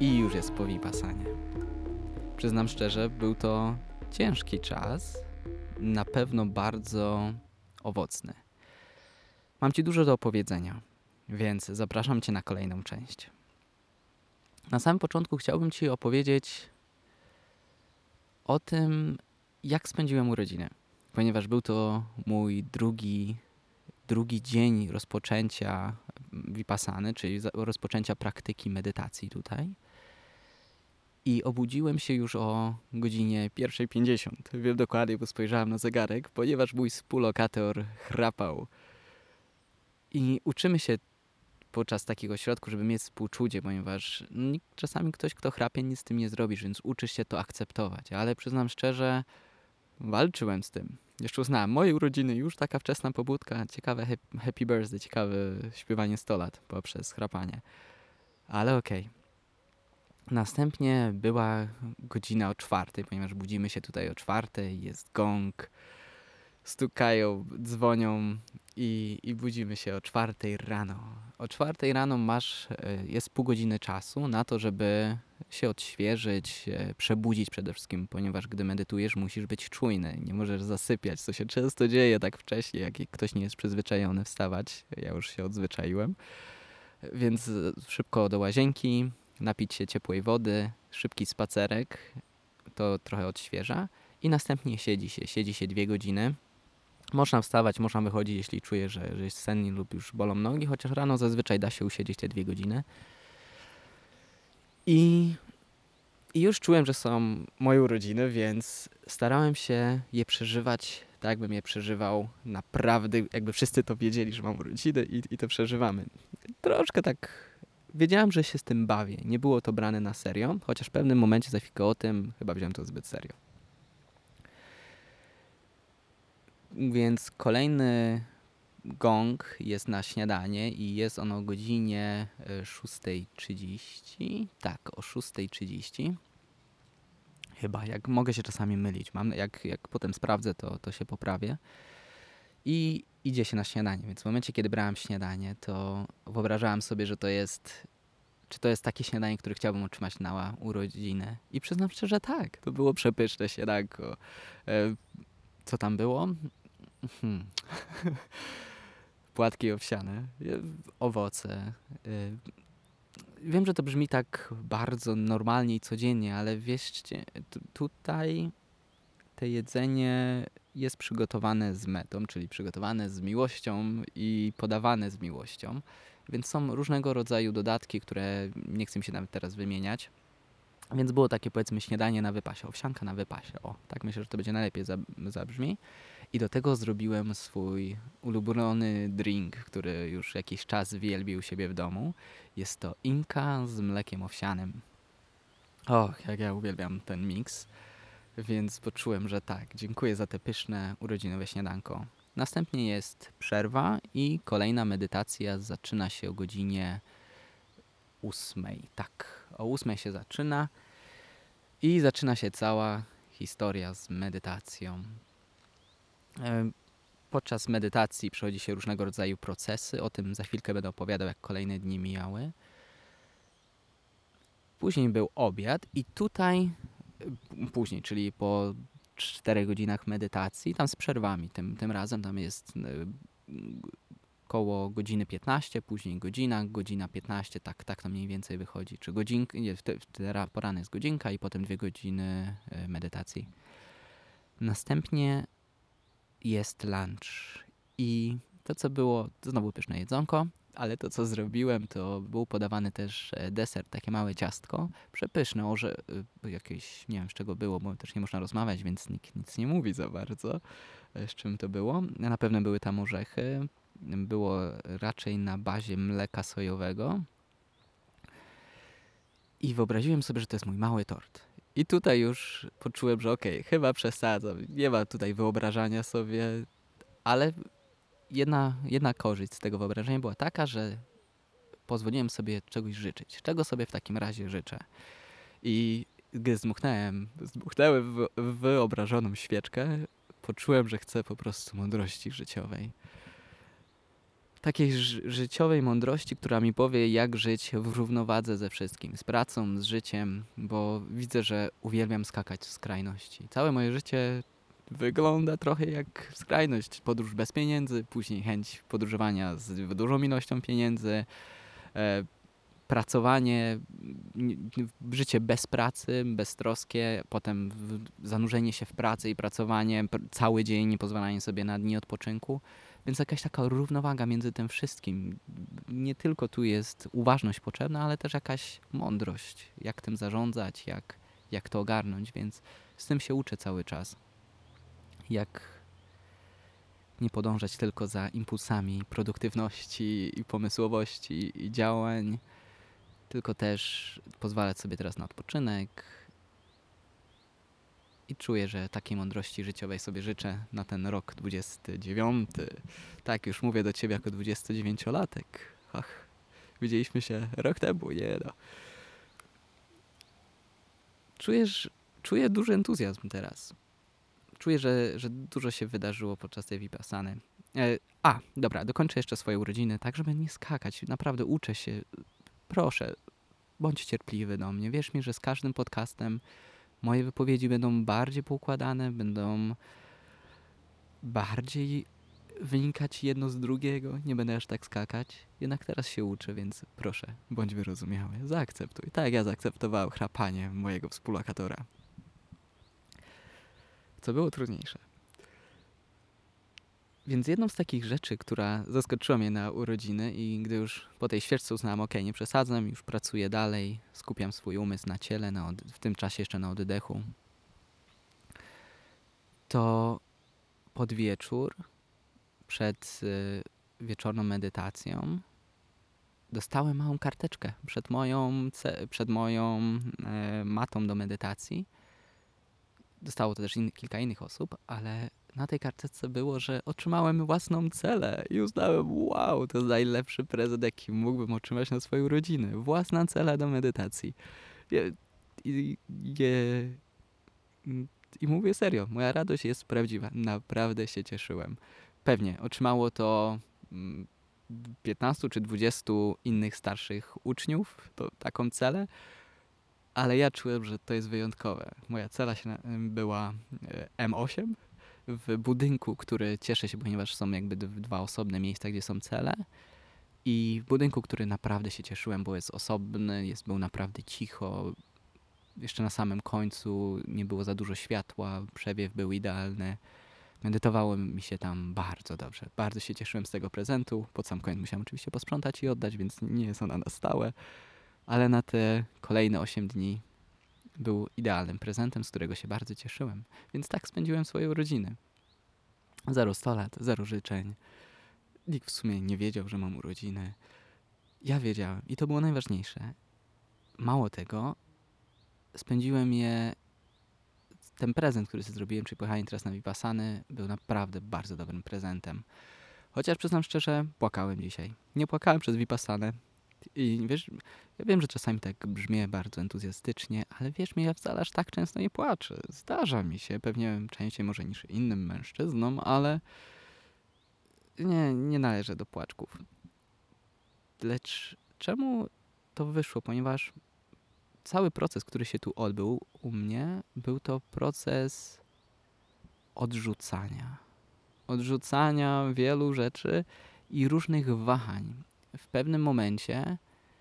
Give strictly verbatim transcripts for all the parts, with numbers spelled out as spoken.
i już jest po Vipassanie. Przyznam szczerze, był to ciężki czas, na pewno bardzo owocny. Mam Ci dużo do opowiedzenia, więc zapraszam Cię na kolejną część. Na samym początku chciałbym Ci opowiedzieć o tym, jak spędziłem urodziny, ponieważ był to mój drugi, drugi dzień rozpoczęcia Vipassany, czyli rozpoczęcia praktyki medytacji tutaj. I obudziłem się już o godzinie pierwsza pięćdziesiąt. Wiem dokładnie, bo spojrzałem na zegarek, ponieważ mój współlokator chrapał. I uczymy się podczas takiego środku, żeby mieć współczucie, ponieważ czasami ktoś, kto chrapie, nic z tym nie zrobisz, więc uczysz się to akceptować. Ale przyznam szczerze, walczyłem z tym. Jeszcze uznałem, moje urodziny, już taka wczesna pobudka, ciekawe happy birthday, ciekawe śpiewanie sto lat poprzez chrapanie. Ale okej. Okay. Następnie była godzina o czwartej, ponieważ budzimy się tutaj o czwartej, jest gong, stukają, dzwonią i, i budzimy się o czwartej rano. O czwartej rano masz, jest pół godziny czasu na to, żeby się odświeżyć, przebudzić przede wszystkim, ponieważ gdy medytujesz, musisz być czujny, nie możesz zasypiać, co się często dzieje tak wcześnie, jak ktoś nie jest przyzwyczajony wstawać. Ja już się odzwyczaiłem, więc szybko do łazienki, napić się ciepłej wody, szybki spacerek, to trochę odświeża i następnie siedzi się, siedzi się dwie godziny. Można wstawać, można wychodzić, jeśli czujesz, że, że jest senny lub już bolą nogi, chociaż rano zazwyczaj da się usiedzieć te dwie godziny. I, I już czułem, że są moje urodziny, więc starałem się je przeżywać tak, jakbym je przeżywał naprawdę, jakby wszyscy to wiedzieli, że mam urodziny i, i to przeżywamy. Troszkę tak wiedziałem, że się z tym bawię. Nie było to brane na serio, chociaż w pewnym momencie za chwilkę o tym chyba wziąłem to zbyt serio. Więc kolejny gong jest na śniadanie i jest ono o godzinie szósta trzydzieści. Tak, o szósta trzydzieści. Chyba, jak mogę się czasami mylić. Mam, jak, jak potem sprawdzę, to, to się poprawię. I idzie się na śniadanie, więc w momencie, kiedy brałem śniadanie, to wyobrażałem sobie, że to jest, czy to jest takie śniadanie, które chciałbym otrzymać na urodziny. I przyznam szczerze, tak, to było przepyszne śniadanko. E, co tam było? Hmm. Płatki owsiane, owoce. Wiem, że to brzmi tak bardzo normalnie i codziennie, ale wierzcie, t- tutaj to jedzenie jest przygotowane z metą, czyli przygotowane z miłością i podawane z miłością. Więc są różnego rodzaju dodatki, które nie chcę mi się nawet teraz wymieniać. Więc było takie, powiedzmy, śniadanie na wypasie, owsianka na wypasie. O, tak myślę, że to będzie najlepiej zabrzmi. I do tego zrobiłem swój ulubiony drink, który już jakiś czas wielbił u siebie w domu. Jest to Inka z mlekiem owsianym. Och, jak ja uwielbiam ten miks. Więc poczułem, że tak, dziękuję za te pyszne urodzinowe śniadanko. Następnie jest przerwa i kolejna medytacja zaczyna się o godzinie ósmej. Tak, o ósmej się zaczyna i zaczyna się cała historia z medytacją. Podczas medytacji przechodzi się różnego rodzaju procesy, o tym za chwilkę będę opowiadał, jak kolejne dni mijały. Później był obiad i tutaj, później, czyli po czterech godzinach medytacji, tam z przerwami, tym, tym razem tam jest koło godziny piętnaście, później godzina, godzina piętnaście, tak, tak to mniej więcej wychodzi. Czy godzinka, nie, w te, w te porany jest godzinka i potem dwie godziny medytacji. Następnie jest lunch i to, co było, to znowu pyszne jedzonko, ale to, co zrobiłem, to był podawany też deser, takie małe ciastko, przepyszne, orze, jakieś, nie wiem z czego było, bo też nie można rozmawiać, więc nikt nic nie mówi za bardzo, z czym to było. Na pewno były tam orzechy, było raczej na bazie mleka sojowego i wyobraziłem sobie, że to jest mój mały tort. I tutaj już poczułem, że okej, okay, chyba przesadzam, nie ma tutaj wyobrażania sobie, ale jedna, jedna korzyść z tego wyobrażenia była taka, że pozwoliłem sobie czegoś życzyć. Czego sobie w takim razie życzę? I gdy zdmuchnąłem, zdmuchnąłem w wyobrażoną świeczkę, poczułem, że chcę po prostu mądrości życiowej. takiej ży- życiowej mądrości, która mi powie, jak żyć w równowadze ze wszystkim, z pracą, z życiem, bo widzę, że uwielbiam skakać w skrajności. Całe moje życie wygląda trochę jak skrajność. Podróż bez pieniędzy, później chęć podróżowania z dużą ilością pieniędzy, e, pracowanie, n- n- życie bez pracy, beztroskie, potem w- zanurzenie się w pracę i pracowanie pr- cały dzień, nie pozwalanie sobie na dni odpoczynku. Więc jakaś taka równowaga między tym wszystkim. Nie tylko tu jest uważność potrzebna, ale też jakaś mądrość, jak tym zarządzać, jak, jak to ogarnąć, więc z tym się uczę cały czas. Jak nie podążać tylko za impulsami produktywności i pomysłowości i działań, tylko też pozwalać sobie teraz na odpoczynek i czuję, że takiej mądrości życiowej sobie życzę na ten rok dwudziesty dziewiąty. Tak, już mówię do ciebie jako dwudziestodziewięciolatek. Ach, widzieliśmy się rok temu, nie no. Czujesz, czuję duży entuzjazm teraz. Czuję, że, że dużo się wydarzyło podczas tej Vipassany. E, a, dobra, dokończę jeszcze swoje urodziny, tak żeby nie skakać. Naprawdę uczę się. Proszę, bądź cierpliwy do mnie. Wierz mi, że z każdym podcastem moje wypowiedzi będą bardziej poukładane, będą bardziej wynikać jedno z drugiego. Nie będę aż tak skakać. Jednak teraz się uczę, więc proszę, bądź wyrozumiały. Zaakceptuj. Tak jak ja zaakceptowałem chrapanie mojego współlokatora. Co było trudniejsze. Więc jedną z takich rzeczy, która zaskoczyła mnie na urodziny i gdy już po tej świeczce uznałam, ok, nie przesadzam, już pracuję dalej, skupiam swój umysł na ciele, na od- w tym czasie jeszcze na oddechu, to pod wieczór, przed y, wieczorną medytacją, dostałem małą karteczkę przed moją, ce- przed moją e, matą do medytacji. Dostało to też in, kilka innych osób, ale na tej karteczce było, że otrzymałem własną celę i uznałem, wow, to jest najlepszy prezent, jaki mógłbym otrzymać na swoje urodziny. Własna cela do medytacji. I, i, i, I mówię serio, moja radość jest prawdziwa. Naprawdę się cieszyłem. Pewnie otrzymało to mm, piętnastu czy dwudziestu innych starszych uczniów, to taką celę, ale ja czułem, że to jest wyjątkowe. Moja cela się na, była e, M osiem w budynku, który cieszy się, ponieważ są jakby d- dwa osobne miejsca, gdzie są cele. I w budynku, który naprawdę się cieszyłem, bo jest osobny, jest, był naprawdę cicho. Jeszcze na samym końcu nie było za dużo światła, przewiew był idealny. Medytowało mi się tam bardzo dobrze. Bardzo się cieszyłem z tego prezentu. Pod sam koniec musiałem oczywiście posprzątać i oddać, więc nie jest ona na stałe. Ale na te kolejne osiem dni był idealnym prezentem, z którego się bardzo cieszyłem. Więc tak spędziłem swoje urodziny. Zero sto lat, zero życzeń. Nikt w sumie nie wiedział, że mam urodziny. Ja wiedziałem i to było najważniejsze. Mało tego, spędziłem je... Ten prezent, który sobie zrobiłem, czyli pojechanie teraz na Vipassany, był naprawdę bardzo dobrym prezentem. Chociaż przyznam szczerze, płakałem dzisiaj. Nie płakałem przez Vipassanę. I wiesz, ja wiem, że czasami tak brzmię bardzo entuzjastycznie, ale wierz mi, ja wcale aż tak często nie płaczę. Zdarza mi się, pewnie częściej może niż innym mężczyznom, ale nie, nie należę do płaczków. Lecz czemu to wyszło? Ponieważ cały proces, który się tu odbył u mnie, był to proces odrzucania. Odrzucania wielu rzeczy i różnych wahań. W pewnym momencie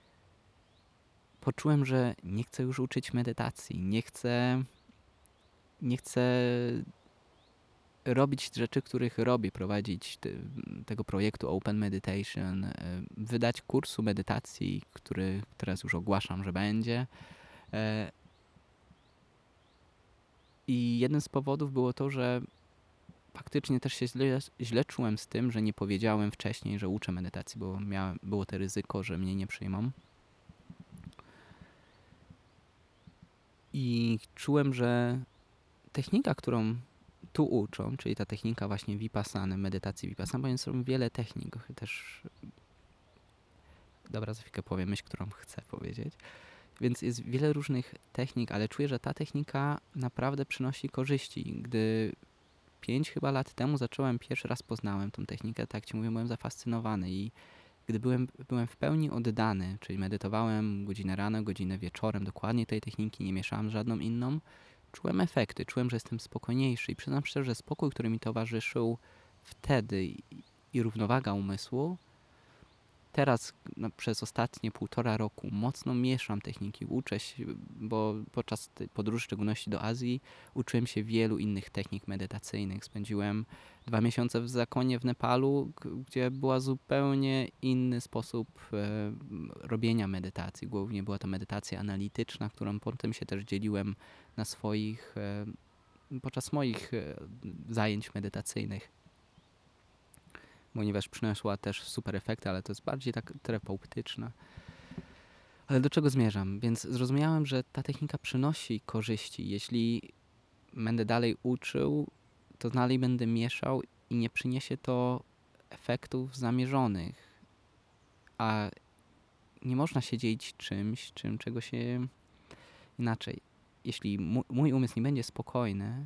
poczułem, że nie chcę już uczyć medytacji, nie chcę, nie chcę robić rzeczy, których robię, prowadzić te, tego projektu Open Meditation, e, wydać kursu medytacji, który teraz już ogłaszam, że będzie. E, I jeden z powodów było to, że faktycznie też się źle, źle czułem z tym, że nie powiedziałem wcześniej, że uczę medytacji, bo miałem, było to ryzyko, że mnie nie przyjmą. I czułem, że technika, którą tu uczą, czyli ta technika właśnie Vipassany, medytacji Vipassany, bo jest wiele technik, też dobra, za chwilkę powiem myśl, którą chcę powiedzieć. Więc jest wiele różnych technik, ale czuję, że ta technika naprawdę przynosi korzyści, gdy pięć chyba lat temu zacząłem, pierwszy raz poznałem tą technikę, tak jak ci mówię, byłem zafascynowany i gdy byłem, byłem w pełni oddany, czyli medytowałem godzinę rano, godzinę wieczorem, dokładnie tej techniki, nie mieszałem z żadną inną, czułem efekty, czułem, że jestem spokojniejszy i przyznam szczerze, że spokój, który mi towarzyszył wtedy i, i równowaga umysłu, teraz no, przez ostatnie półtora roku mocno mieszam techniki, uczę się, bo podczas tej podróży, w szczególności do Azji, uczyłem się wielu innych technik medytacyjnych. Spędziłem dwa miesiące w zakonie w Nepalu, g- gdzie była zupełnie inny sposób e, robienia medytacji. Głównie była to medytacja analityczna, którą potem się też dzieliłem na swoich, e, podczas moich e, zajęć medytacyjnych, ponieważ przyniosła też super efekty, ale to jest bardziej tak terapeutyczne. Ale do czego zmierzam? Więc zrozumiałem, że ta technika przynosi korzyści. Jeśli będę dalej uczył, to dalej będę mieszał i nie przyniesie to efektów zamierzonych. A nie można się dzielić czymś, czym czego się inaczej. Jeśli mu- mój umysł nie będzie spokojny,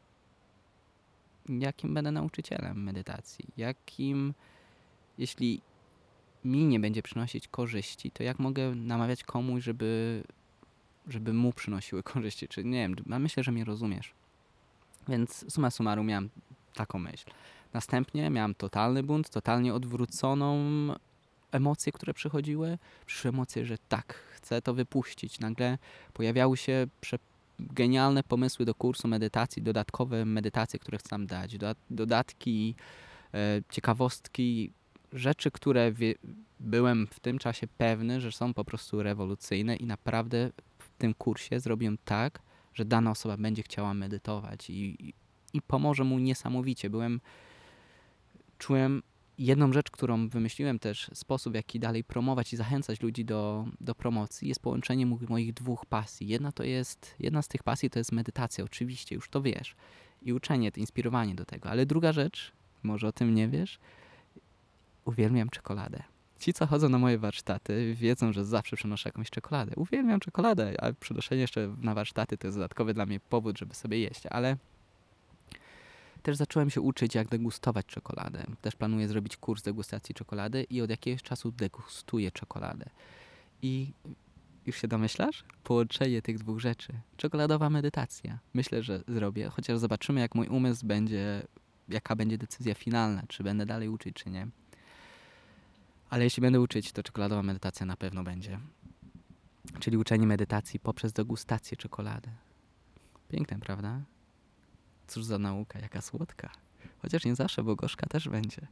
jakim będę nauczycielem medytacji? Jakim, jeśli mi nie będzie przynosić korzyści, to jak mogę namawiać komuś, żeby, żeby mu przynosiły korzyści? Czy nie wiem, ja myślę, że mnie rozumiesz. Więc summa summarum miałem taką myśl. Następnie miałem totalny bunt, totalnie odwróconą emocje, które przychodziły. Przyszły emocje, że tak, chcę to wypuścić. Nagle pojawiały się prze- genialne pomysły do kursu medytacji, dodatkowe medytacje, które chcę tam dać, dodat- dodatki, e, ciekawostki, rzeczy, które wie- byłem w tym czasie pewny, że są po prostu rewolucyjne i naprawdę w tym kursie zrobiłem tak, że dana osoba będzie chciała medytować i, i, i pomoże mu niesamowicie. Byłem, czułem jedną rzecz, którą wymyśliłem też, sposób w jaki dalej promować i zachęcać ludzi do, do promocji, jest połączenie mo- moich dwóch pasji. Jedna to jest, jedna z tych pasji to jest medytacja, oczywiście, już to wiesz. I uczenie, to inspirowanie do tego. Ale druga rzecz, może o tym nie wiesz, uwielbiam czekoladę. Ci, co chodzą na moje warsztaty, wiedzą, że zawsze przynoszę jakąś czekoladę. Uwielbiam czekoladę, a przynoszenie jeszcze na warsztaty to jest dodatkowy dla mnie powód, żeby sobie jeść, ale też zacząłem się uczyć, jak degustować czekoladę. Też planuję zrobić kurs degustacji czekolady i od jakiegoś czasu degustuję czekoladę. I już się domyślasz? Połączenie tych dwóch rzeczy. Czekoladowa medytacja. Myślę, że zrobię, chociaż zobaczymy, jak mój umysł będzie, jaka będzie decyzja finalna, czy będę dalej uczyć, czy nie. Ale jeśli będę uczyć, to czekoladowa medytacja na pewno będzie. Czyli uczenie medytacji poprzez degustację czekolady. Piękne, prawda? Cóż za nauka, jaka słodka. Chociaż nie zawsze, bo gorzka też będzie.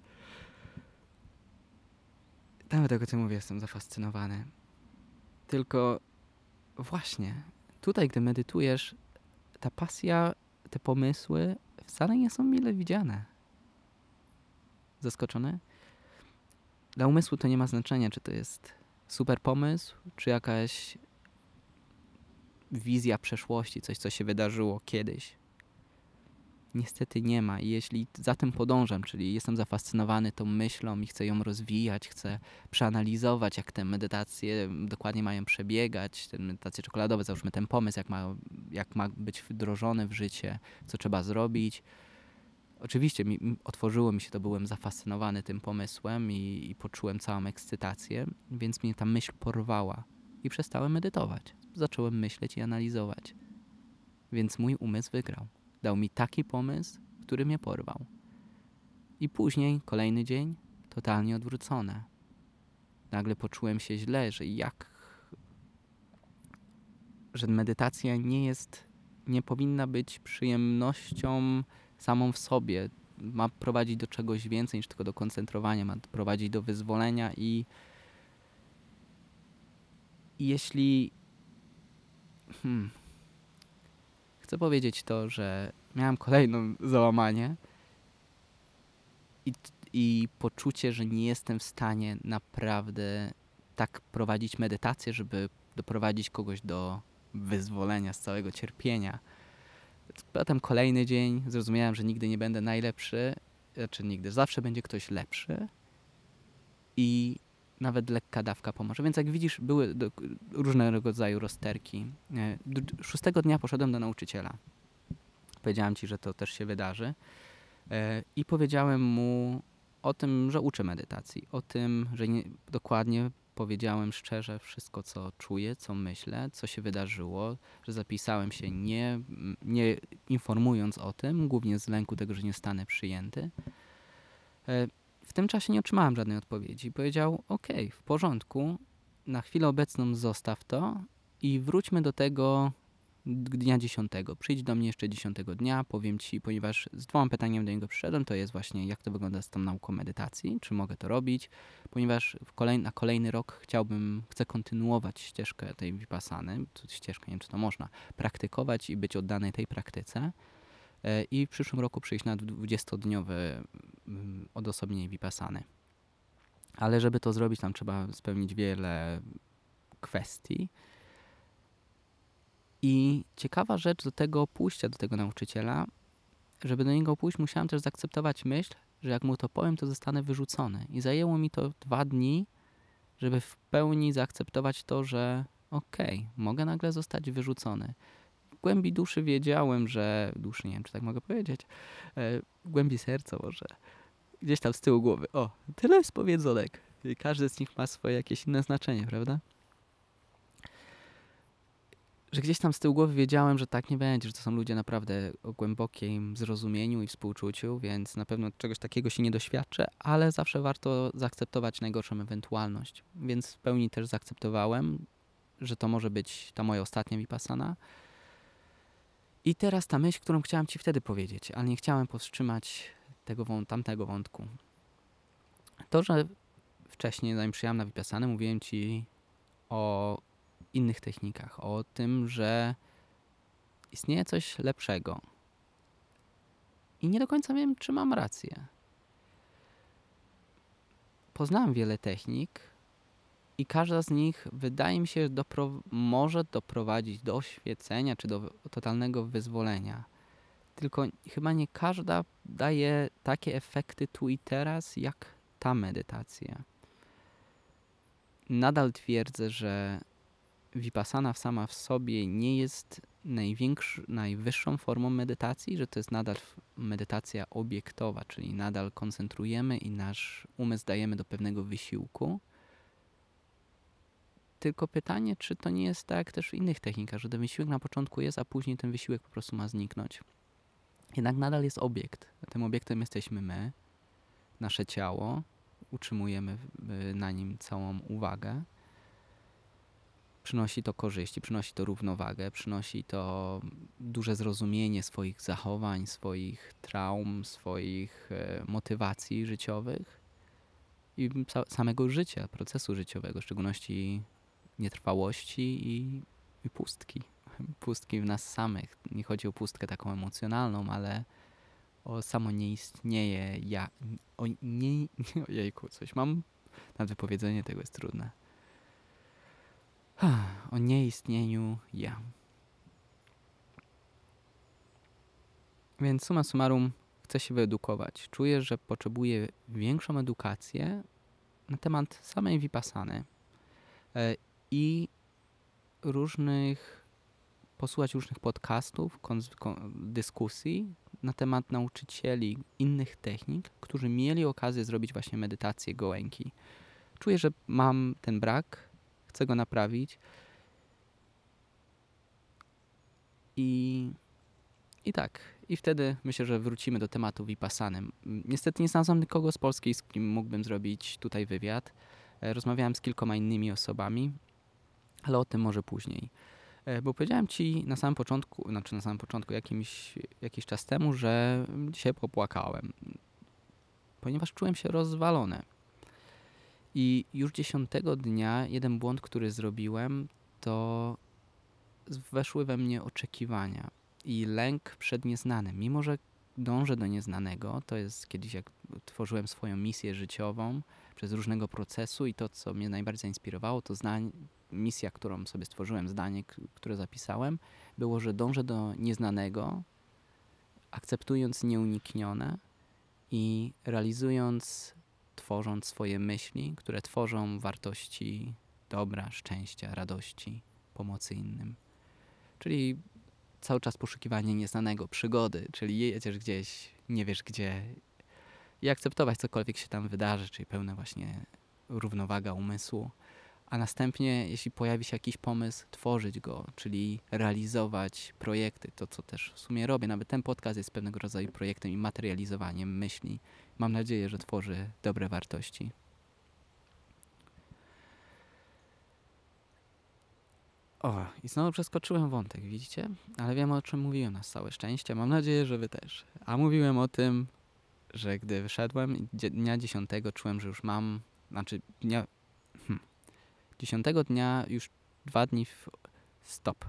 Nawet tego, co mówię, jestem zafascynowany. Tylko właśnie, tutaj, gdy medytujesz, ta pasja, te pomysły wcale nie są mile widziane. Zaskoczony? Dla umysłu to nie ma znaczenia, czy to jest super pomysł, czy jakaś wizja przeszłości, coś, co się wydarzyło kiedyś. Niestety nie ma i jeśli za tym podążam, czyli jestem zafascynowany tą myślą i chcę ją rozwijać, chcę przeanalizować, jak te medytacje dokładnie mają przebiegać, te medytacje czekoladowe, załóżmy ten pomysł, jak ma, jak ma być wdrożony w życie, co trzeba zrobić. Oczywiście mi, otworzyło mi się to, byłem zafascynowany tym pomysłem i, i poczułem całą ekscytację, więc mnie ta myśl porwała i przestałem medytować. Zacząłem myśleć i analizować. Więc mój umysł wygrał. Dał mi taki pomysł, który mnie porwał. I później, kolejny dzień, totalnie odwrócone. Nagle poczułem się źle, że jak... że medytacja nie jest... nie powinna być przyjemnością samą w sobie. Ma prowadzić do czegoś więcej niż tylko do koncentrowania. Ma prowadzić do wyzwolenia i... i jeśli... Hmm, chcę powiedzieć to, że miałem kolejne załamanie i, i poczucie, że nie jestem w stanie naprawdę tak prowadzić medytację, żeby doprowadzić kogoś do wyzwolenia z całego cierpienia. Potem kolejny dzień zrozumiałem, że nigdy nie będę najlepszy, znaczy nigdy, zawsze będzie ktoś lepszy i nawet lekka dawka pomoże. Więc jak widzisz, były do, różnego rodzaju rozterki. Szóstego dnia poszedłem do nauczyciela. Powiedziałem ci, że to też się wydarzy. E, I powiedziałem mu o tym, że uczę medytacji, o tym, że nie, dokładnie powiedziałem szczerze wszystko, co czuję, co myślę, co się wydarzyło, że zapisałem się nie, nie informując o tym, głównie z lęku tego, że nie zostanę przyjęty. E, W tym czasie nie otrzymałem żadnej odpowiedzi. Powiedział: okej, w porządku, na chwilę obecną zostaw to i wróćmy do tego dnia dziesiątego. Przyjdź do mnie jeszcze dziesiątego dnia, powiem ci, ponieważ z dwoma pytaniami do niego przyszedłem, to jest właśnie, jak to wygląda z tą nauką medytacji, czy mogę to robić, ponieważ w kolej, na kolejny rok chciałbym, chcę kontynuować ścieżkę tej vipassany, tu ścieżkę, nie wiem, czy to można, praktykować i być oddany tej praktyce e, i w przyszłym roku przyjść na dwudziestodniowe mm, odosobnienie vipassany. Ale żeby to zrobić, tam trzeba spełnić wiele kwestii. I ciekawa rzecz do tego pójścia do tego nauczyciela, żeby do niego pójść, musiałem też zaakceptować myśl, że jak mu to powiem, to zostanę wyrzucony. I zajęło mi to dwa dni, żeby w pełni zaakceptować to, że okej, okay, mogę nagle zostać wyrzucony. W głębi duszy wiedziałem, że... Duszy, nie wiem, czy tak mogę powiedzieć. W głębi serca może. Gdzieś tam z tyłu głowy. O, tyle jest powiedzonek. I każdy z nich ma swoje jakieś inne znaczenie, prawda? Że gdzieś tam z tyłu głowy wiedziałem, że tak nie będzie, że to są ludzie naprawdę o głębokim zrozumieniu i współczuciu, więc na pewno czegoś takiego się nie doświadczę, ale zawsze warto zaakceptować najgorszą ewentualność. Więc w pełni też zaakceptowałem, że to może być ta moja ostatnia vipassana. I teraz ta myśl, którą chciałem ci wtedy powiedzieć, ale nie chciałem powstrzymać tego tamtego wątku. To, że wcześniej, zanim przyjechałem na vipassanę, mówiłem ci o innych technikach, o tym, że istnieje coś lepszego. I nie do końca wiem, czy mam rację. Poznałem wiele technik i każda z nich wydaje mi się, że dopro- może doprowadzić do oświecenia czy do totalnego wyzwolenia. Tylko chyba nie każda daje takie efekty tu i teraz, jak ta medytacja. Nadal twierdzę, że vipassana sama w sobie nie jest największy, najwyższą formą medytacji, że to jest nadal medytacja obiektowa, czyli nadal koncentrujemy i nasz umysł dajemy do pewnego wysiłku. Tylko pytanie, czy to nie jest tak też w innych technikach, że ten wysiłek na początku jest, a później ten wysiłek po prostu ma zniknąć. Jednak nadal jest obiekt. Tym obiektem jesteśmy my, nasze ciało, utrzymujemy na nim całą uwagę. Przynosi to korzyści, przynosi to równowagę, przynosi to duże zrozumienie swoich zachowań, swoich traum, swoich e, motywacji życiowych i samego życia, procesu życiowego, w szczególności nietrwałości i, i pustki. Pustki w nas samych. Nie chodzi o pustkę taką emocjonalną, ale o samo nieistnieje ja. O nie... Ojejku, coś mam... Nawet wypowiedzenie tego jest trudne. O nieistnieniu ja. Więc summa summarum chcę się wyedukować. Czuję, że potrzebuję większą edukację na temat samej vipassany i różnych, posłuchać różnych podcastów, dyskusji na temat nauczycieli innych technik, którzy mieli okazję zrobić właśnie medytację gołęki. Czuję, że mam ten brak, chcę go naprawić i, i tak. I wtedy myślę, że wrócimy do tematu vipassany. Niestety nie znalazłem nikogo z Polski, z kim mógłbym zrobić tutaj wywiad. Rozmawiałem z kilkoma innymi osobami, ale o tym może później. Bo powiedziałem ci na samym początku, znaczy na samym początku jakimś, jakiś czas temu, że dzisiaj popłakałem, ponieważ czułem się rozwalony. I już dziesiątego dnia jeden błąd, który zrobiłem, to weszły we mnie oczekiwania i lęk przed nieznanym. Mimo że dążę do nieznanego, to jest kiedyś jak tworzyłem swoją misję życiową przez różnego procesu i to, co mnie najbardziej zainspirowało, to znań, misja, którą sobie stworzyłem, zdanie, które zapisałem, było, że dążę do nieznanego, akceptując nieuniknione i realizując, tworząc swoje myśli, które tworzą wartości dobra, szczęścia, radości, pomocy innym. Czyli cały czas poszukiwanie nieznanego, przygody, czyli jedziesz gdzieś, nie wiesz gdzie i akceptować cokolwiek się tam wydarzy, czyli pełna właśnie równowaga umysłu. A następnie, jeśli pojawi się jakiś pomysł, tworzyć go, czyli realizować projekty, to co też w sumie robię. Nawet ten podcast jest pewnego rodzaju projektem i materializowaniem myśli. Mam nadzieję, że tworzy dobre wartości. O, i znowu przeskoczyłem wątek, widzicie? Ale wiem, o czym mówiłem, na całe szczęście. Mam nadzieję, że wy też. A mówiłem o tym, że gdy wyszedłem, dnia dziesiątego czułem, że już mam, znaczy dnia, hmm, dziesiątego dnia już dwa dni w stop.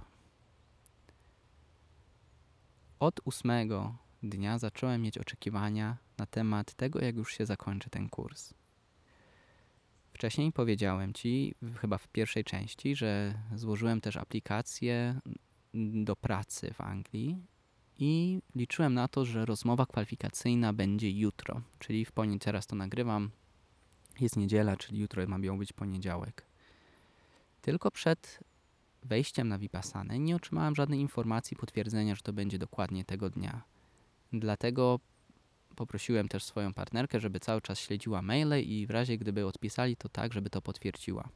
Od ósmego dnia zacząłem mieć oczekiwania na temat tego, jak już się zakończy ten kurs. Wcześniej powiedziałem Ci, chyba w pierwszej części, że złożyłem też aplikację do pracy w Anglii i liczyłem na to, że rozmowa kwalifikacyjna będzie jutro, czyli w poniedziałek, teraz to nagrywam, jest niedziela, czyli jutro ma miał być poniedziałek. Tylko przed wejściem na Vipassanę nie otrzymałem żadnej informacji potwierdzenia, że to będzie dokładnie tego dnia. Dlatego poprosiłem też swoją partnerkę, żeby cały czas śledziła maile i w razie gdyby odpisali, to tak, żeby to potwierdziła.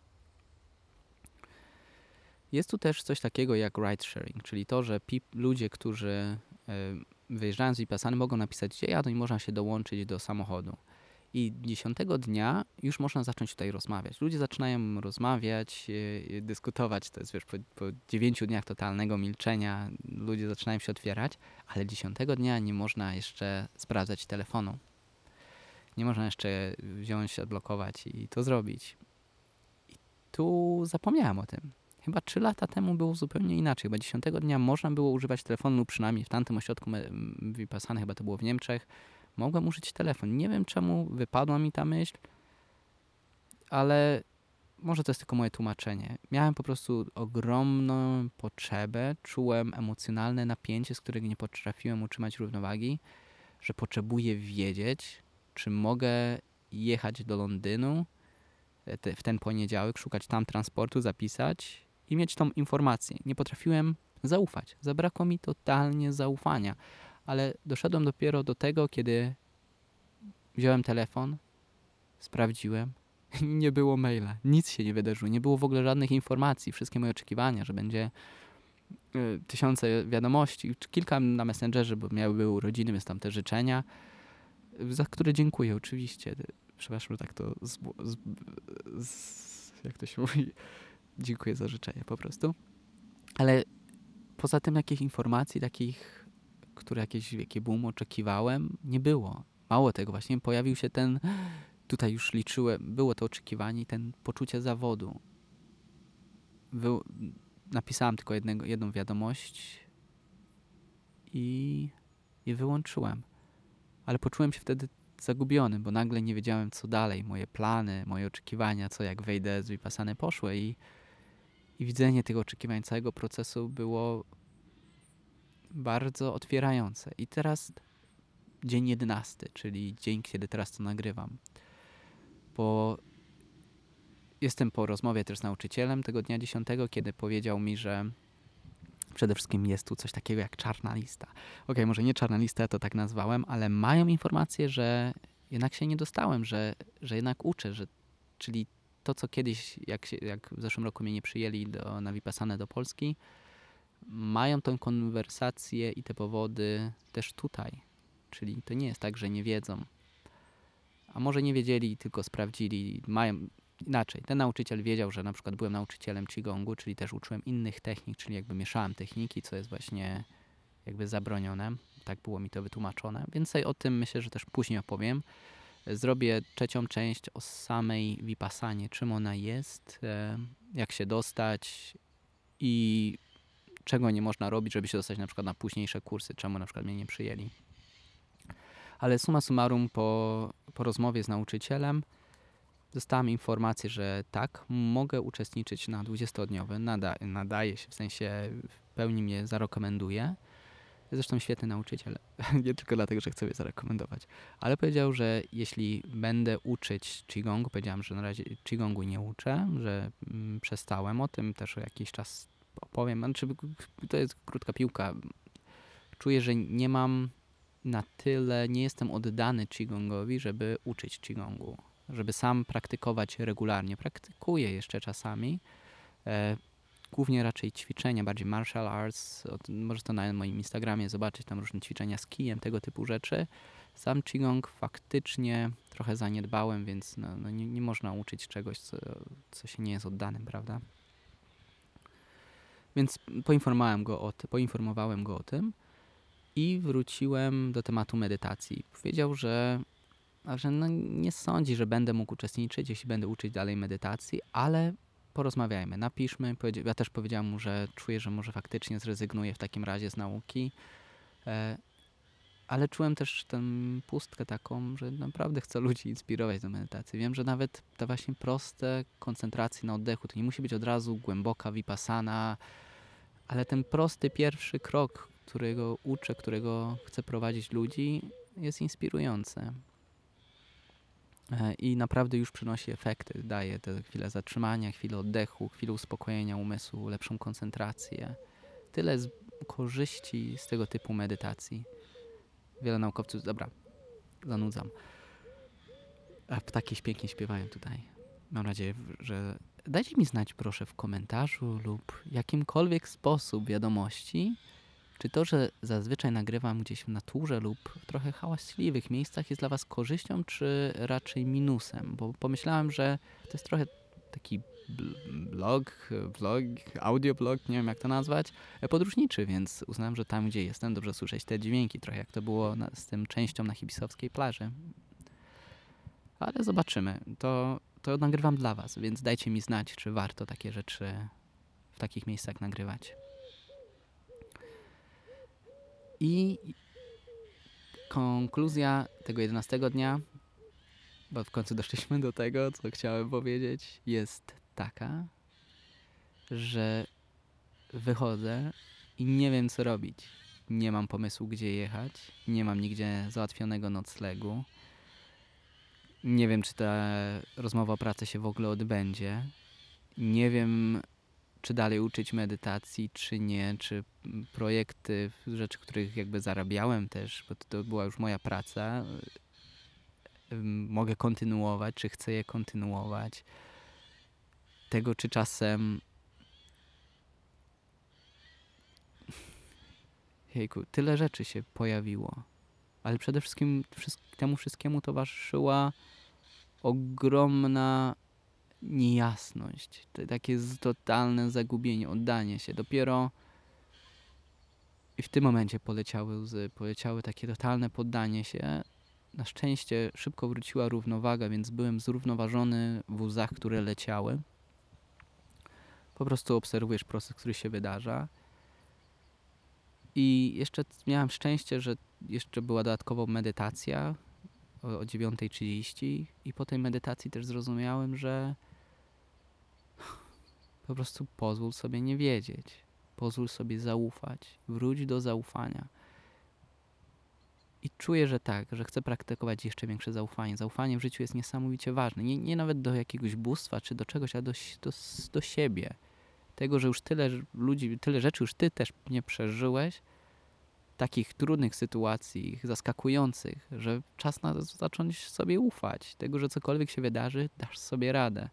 Jest tu też coś takiego jak ride sharing, czyli to, że ludzie, którzy y, wyjeżdżają z Vipassany, mogą napisać, gdzie jadą i można się dołączyć do samochodu. I dziesiątego dnia już można zacząć tutaj rozmawiać. Ludzie zaczynają rozmawiać, yy, dyskutować, to jest wiesz, po, po dziewięciu dniach totalnego milczenia ludzie zaczynają się otwierać, ale dziesiątego dnia nie można jeszcze sprawdzać telefonu. Nie można jeszcze wziąć, odblokować i to zrobić. I tu zapomniałem o tym. Chyba trzy lata temu było zupełnie inaczej. Chyba dziesiątego dnia można było używać telefonu, lub przynajmniej w tamtym ośrodku Vipassany, chyba to było w Niemczech, mogłem użyć telefon. Nie wiem czemu wypadła mi ta myśl, ale może to jest tylko moje tłumaczenie. Miałem po prostu ogromną potrzebę, czułem emocjonalne napięcie, z którego nie potrafiłem utrzymać równowagi, że potrzebuję wiedzieć, czy mogę jechać do Londynu w ten poniedziałek, szukać tam transportu, zapisać i mieć tą informację. Nie potrafiłem zaufać. Zabrakło mi totalnie zaufania. Ale doszedłem dopiero do tego, kiedy wziąłem telefon, sprawdziłem i nie było maila. Nic się nie wydarzyło. Nie było w ogóle żadnych informacji. Wszystkie moje oczekiwania, że będzie y, tysiące wiadomości, czy kilka na Messengerze, bo miały były urodziny, więc tam te życzenia, za które dziękuję oczywiście. Przepraszam, że tak to z, z, z, jak to się mówi, dziękuję za życzenia po prostu. Ale poza tym jakichś informacji takich, które jakieś wielkie boom oczekiwałem, nie było. Mało tego, właśnie pojawił się ten, tutaj już liczyłem, było to oczekiwanie i ten poczucie zawodu. Wy, napisałem tylko jednego, jedną wiadomość i, i wyłączyłem. Ale poczułem się wtedy zagubiony, bo nagle nie wiedziałem co dalej. Moje plany, moje oczekiwania, co jak wejdę z Vipassany poszły i, i widzenie tego oczekiwań, całego procesu było bardzo otwierające. I teraz dzień jedenasty, czyli dzień, kiedy teraz to nagrywam. Bo jestem po rozmowie też z nauczycielem tego dnia dziesiątego, kiedy powiedział mi, że przede wszystkim jest tu coś takiego jak czarna lista. Okej, okay, może nie czarna lista, ja to tak nazwałem, ale mają informację, że jednak się nie dostałem, że, że jednak uczę, że, czyli to, co kiedyś, jak, się, jak w zeszłym roku mnie nie przyjęli do, na Vipassanę do Polski, mają tą konwersację i te powody też tutaj. Czyli to nie jest tak, że nie wiedzą. A może nie wiedzieli, tylko sprawdzili. Mają inaczej. Ten nauczyciel wiedział, że na przykład byłem nauczycielem Qigongu, czyli też uczyłem innych technik, czyli jakby mieszałem techniki, co jest właśnie jakby zabronione. Tak było mi to wytłumaczone. Więcej o tym myślę, że też później opowiem. Zrobię trzecią część o samej Vipassanie, czym ona jest, jak się dostać i czego nie można robić, żeby się dostać na przykład na późniejsze kursy, czemu na przykład mnie nie przyjęli. Ale summa summarum po, po rozmowie z nauczycielem dostałem informację, że tak, mogę uczestniczyć na dwudziestodniowy, nada, nadaje się, w sensie w pełni mnie zarekomenduje. Zresztą świetny nauczyciel, nie tylko dlatego, że chcę je zarekomendować, ale powiedział, że jeśli będę uczyć Qigongu, powiedziałem, że na razie Qigongu nie uczę, że mm, przestałem, o tym też jakiś czas opowiem, znaczy, to jest krótka piłka. Czuję, że nie mam na tyle nie jestem oddany Qigongowi, żeby uczyć Qigongu, żeby sam praktykować regularnie. Praktykuję jeszcze czasami, e, głównie raczej ćwiczenia, bardziej martial arts. Od, możesz to na moim Instagramie zobaczyć, tam różne ćwiczenia z kijem, tego typu rzeczy. Sam Qigong faktycznie trochę zaniedbałem, więc no, no nie, nie można uczyć czegoś, co, co się nie jest oddanym, prawda? Więc poinformowałem go o, ty, poinformowałem go o tym i wróciłem do tematu medytacji. Powiedział, że, że no nie sądzi, że będę mógł uczestniczyć, jeśli będę uczyć dalej medytacji, ale porozmawiajmy, napiszmy. Ja też powiedziałem mu, że czuję, że może faktycznie zrezygnuję w takim razie z nauki, e, ale czułem też tę pustkę taką, że naprawdę chcę ludzi inspirować do medytacji. Wiem, że nawet te właśnie proste koncentracje na oddechu, to nie musi być od razu głęboka vipassana, ale ten prosty pierwszy krok, którego uczę, którego chcę prowadzić ludzi, jest inspirujący. I naprawdę już przynosi efekty. Daje te chwile zatrzymania, chwilę oddechu, chwilę uspokojenia umysłu, lepszą koncentrację. Tyle z korzyści z tego typu medytacji. Wiele naukowców... Dobra, zanudzam. A ptaki pięknie śpiewają tutaj. Mam nadzieję, że... Dajcie mi znać proszę w komentarzu lub jakimkolwiek sposób wiadomości, czy to, że zazwyczaj nagrywam gdzieś w naturze lub w trochę hałaśliwych miejscach jest dla was korzyścią, czy raczej minusem? Bo pomyślałem, że to jest trochę taki blog, vlog, audioblog, nie wiem jak to nazwać, podróżniczy, więc uznałem, że tam, gdzie jestem, dobrze słyszeć te dźwięki, trochę jak to było na, z tym częścią na hibisowskiej plaży. Ale zobaczymy. To, to nagrywam dla was, więc dajcie mi znać, czy warto takie rzeczy w takich miejscach nagrywać. I konkluzja tego jedenastego dnia, bo w końcu doszliśmy do tego, co chciałem powiedzieć, jest taka, że wychodzę i nie wiem, co robić. Nie mam pomysłu, gdzie jechać, nie mam nigdzie załatwionego noclegu. Nie wiem, czy ta rozmowa o pracy się w ogóle odbędzie. Nie wiem, czy dalej uczyć medytacji, czy nie, czy projekty, rzeczy, których jakby zarabiałem też, bo to, to była już moja praca, mogę kontynuować, czy chcę je kontynuować. Tego, czy czasem... Jejku, tyle rzeczy się pojawiło, ale przede wszystkim temu wszystkiemu towarzyszyła ogromna niejasność, takie totalne zagubienie, oddanie się. Dopiero i w tym momencie poleciały łzy, poleciały takie totalne poddanie się. Na szczęście szybko wróciła równowaga, więc byłem zrównoważony w łzach, które leciały. Po prostu obserwujesz proces, który się wydarza. I jeszcze miałem szczęście, że jeszcze była dodatkowo medytacja o, o dziewiąta trzydzieści i po tej medytacji też zrozumiałem, że po prostu pozwól sobie nie wiedzieć. Pozwól sobie zaufać. Wróć do zaufania. I czuję, że tak, że chcę praktykować jeszcze większe zaufanie. Zaufanie w życiu jest niesamowicie ważne. Nie, nie nawet do jakiegoś bóstwa czy do czegoś, ale do, do, do siebie. Tego, że już tyle ludzi, tyle rzeczy już ty też nie przeżyłeś, takich trudnych sytuacji, zaskakujących, że czas na zacząć sobie ufać. Tego, że cokolwiek się wydarzy, dasz sobie radę.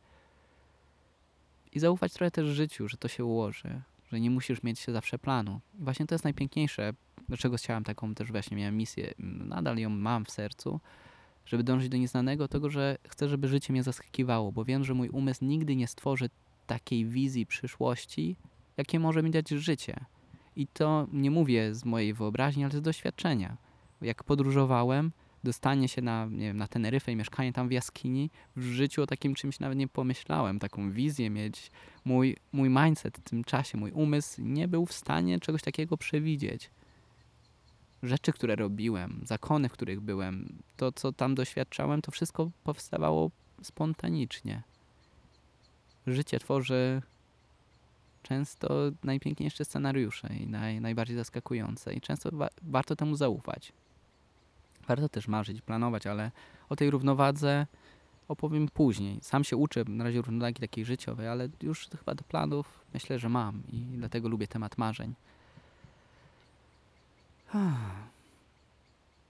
I zaufać trochę też życiu, że to się ułoży, że nie musisz mieć się zawsze planu. I właśnie to jest najpiękniejsze, dlaczego chciałem taką też właśnie, miałem misję, nadal ją mam w sercu, żeby dążyć do nieznanego, tego, że chcę, żeby życie mnie zaskakiwało, bo wiem, że mój umysł nigdy nie stworzy takiej wizji przyszłości, jakie może mi dać życie. I to nie mówię z mojej wyobraźni, ale z doświadczenia. Jak podróżowałem, dostanie się na, nie wiem, na Teneryfę i mieszkanie tam w jaskini, w życiu o takim czymś nawet nie pomyślałem. Taką wizję mieć. Mój, mój mindset w tym czasie, mój umysł nie był w stanie czegoś takiego przewidzieć. Rzeczy, które robiłem, zakony, w których byłem, to, co tam doświadczałem, to wszystko powstawało spontanicznie. Życie tworzy często najpiękniejsze scenariusze i naj, najbardziej zaskakujące i często wa- warto temu zaufać. Warto też marzyć, planować, ale o tej równowadze opowiem później. Sam się uczę na razie równowagi takiej życiowej, ale już chyba do planów myślę, że mam i dlatego lubię temat marzeń.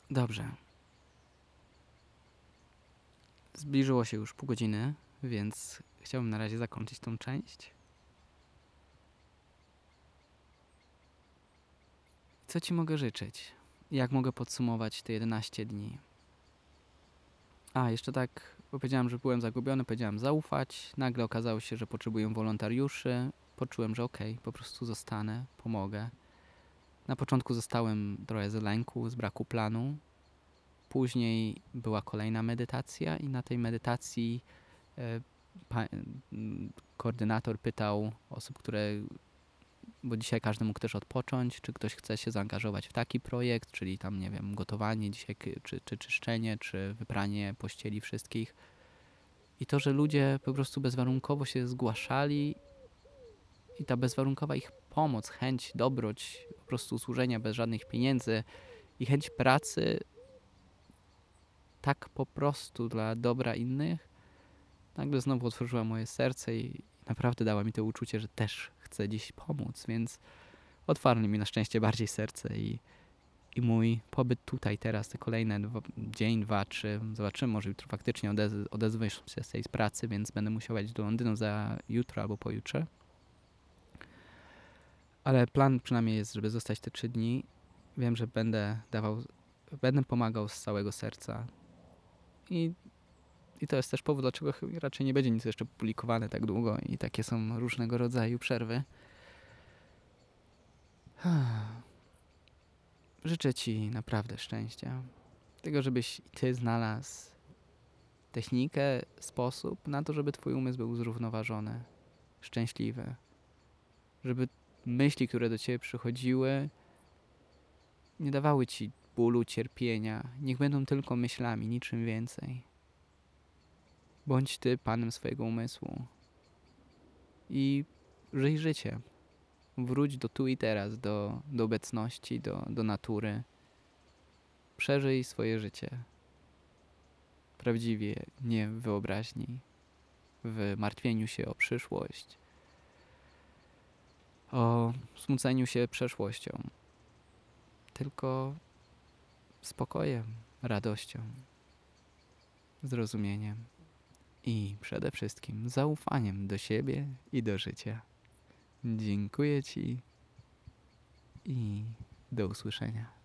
Dobrze. Zbliżyło się już pół godziny, więc chciałbym na razie zakończyć tą część. Co ci mogę życzyć? Jak mogę podsumować te jedenaście dni? A, jeszcze tak, bo powiedziałem, że byłem zagubiony, powiedziałem zaufać. Nagle okazało się, że potrzebuję wolontariuszy. Poczułem, że okej, po prostu zostanę, pomogę. Na początku zostałem trochę z lęku, z braku planu. Później była kolejna medytacja i na tej medytacji e, pa, m, koordynator pytał osób, które, bo dzisiaj każdy mógł też odpocząć, czy ktoś chce się zaangażować w taki projekt, czyli tam, nie wiem, gotowanie dzisiaj, czy, czy czyszczenie, czy wypranie pościeli wszystkich. I to, że ludzie po prostu bezwarunkowo się zgłaszali i ta bezwarunkowa ich pomoc, chęć, dobroć, po prostu służenia bez żadnych pieniędzy i chęć pracy tak po prostu dla dobra innych, nagle znowu otworzyła moje serce i naprawdę dała mi to uczucie, że też chcę dziś pomóc, więc otwarli mi na szczęście bardziej serce i, i mój pobyt tutaj teraz, te kolejne dwa, dzień, dwa, trzy, zobaczymy, może jutro faktycznie odez odezwę się z tej pracy, więc będę musiał jechać do Londynu za jutro albo pojutrze. Ale plan przynajmniej jest, żeby zostać te trzy dni. Wiem, że będę dawał, będę pomagał z całego serca. I, I to jest też powód, dlaczego raczej nie będzie nic jeszcze publikowane tak długo i takie są różnego rodzaju przerwy. Życzę ci naprawdę szczęścia. Tego, żebyś i ty znalazł technikę, sposób na to, żeby twój umysł był zrównoważony, szczęśliwy. Żeby myśli, które do ciebie przychodziły, nie dawały ci bólu, cierpienia. Niech będą tylko myślami, niczym więcej. Bądź ty panem swojego umysłu. I żyj życie. Wróć do tu i teraz, do, do obecności, do, do natury. Przeżyj swoje życie. Prawdziwie, nie w wyobraźni, w martwieniu się o przyszłość, o smuceniu się przeszłością. Tylko spokojem, radością, zrozumieniem i przede wszystkim zaufaniem do siebie i do życia. Dziękuję ci i do usłyszenia.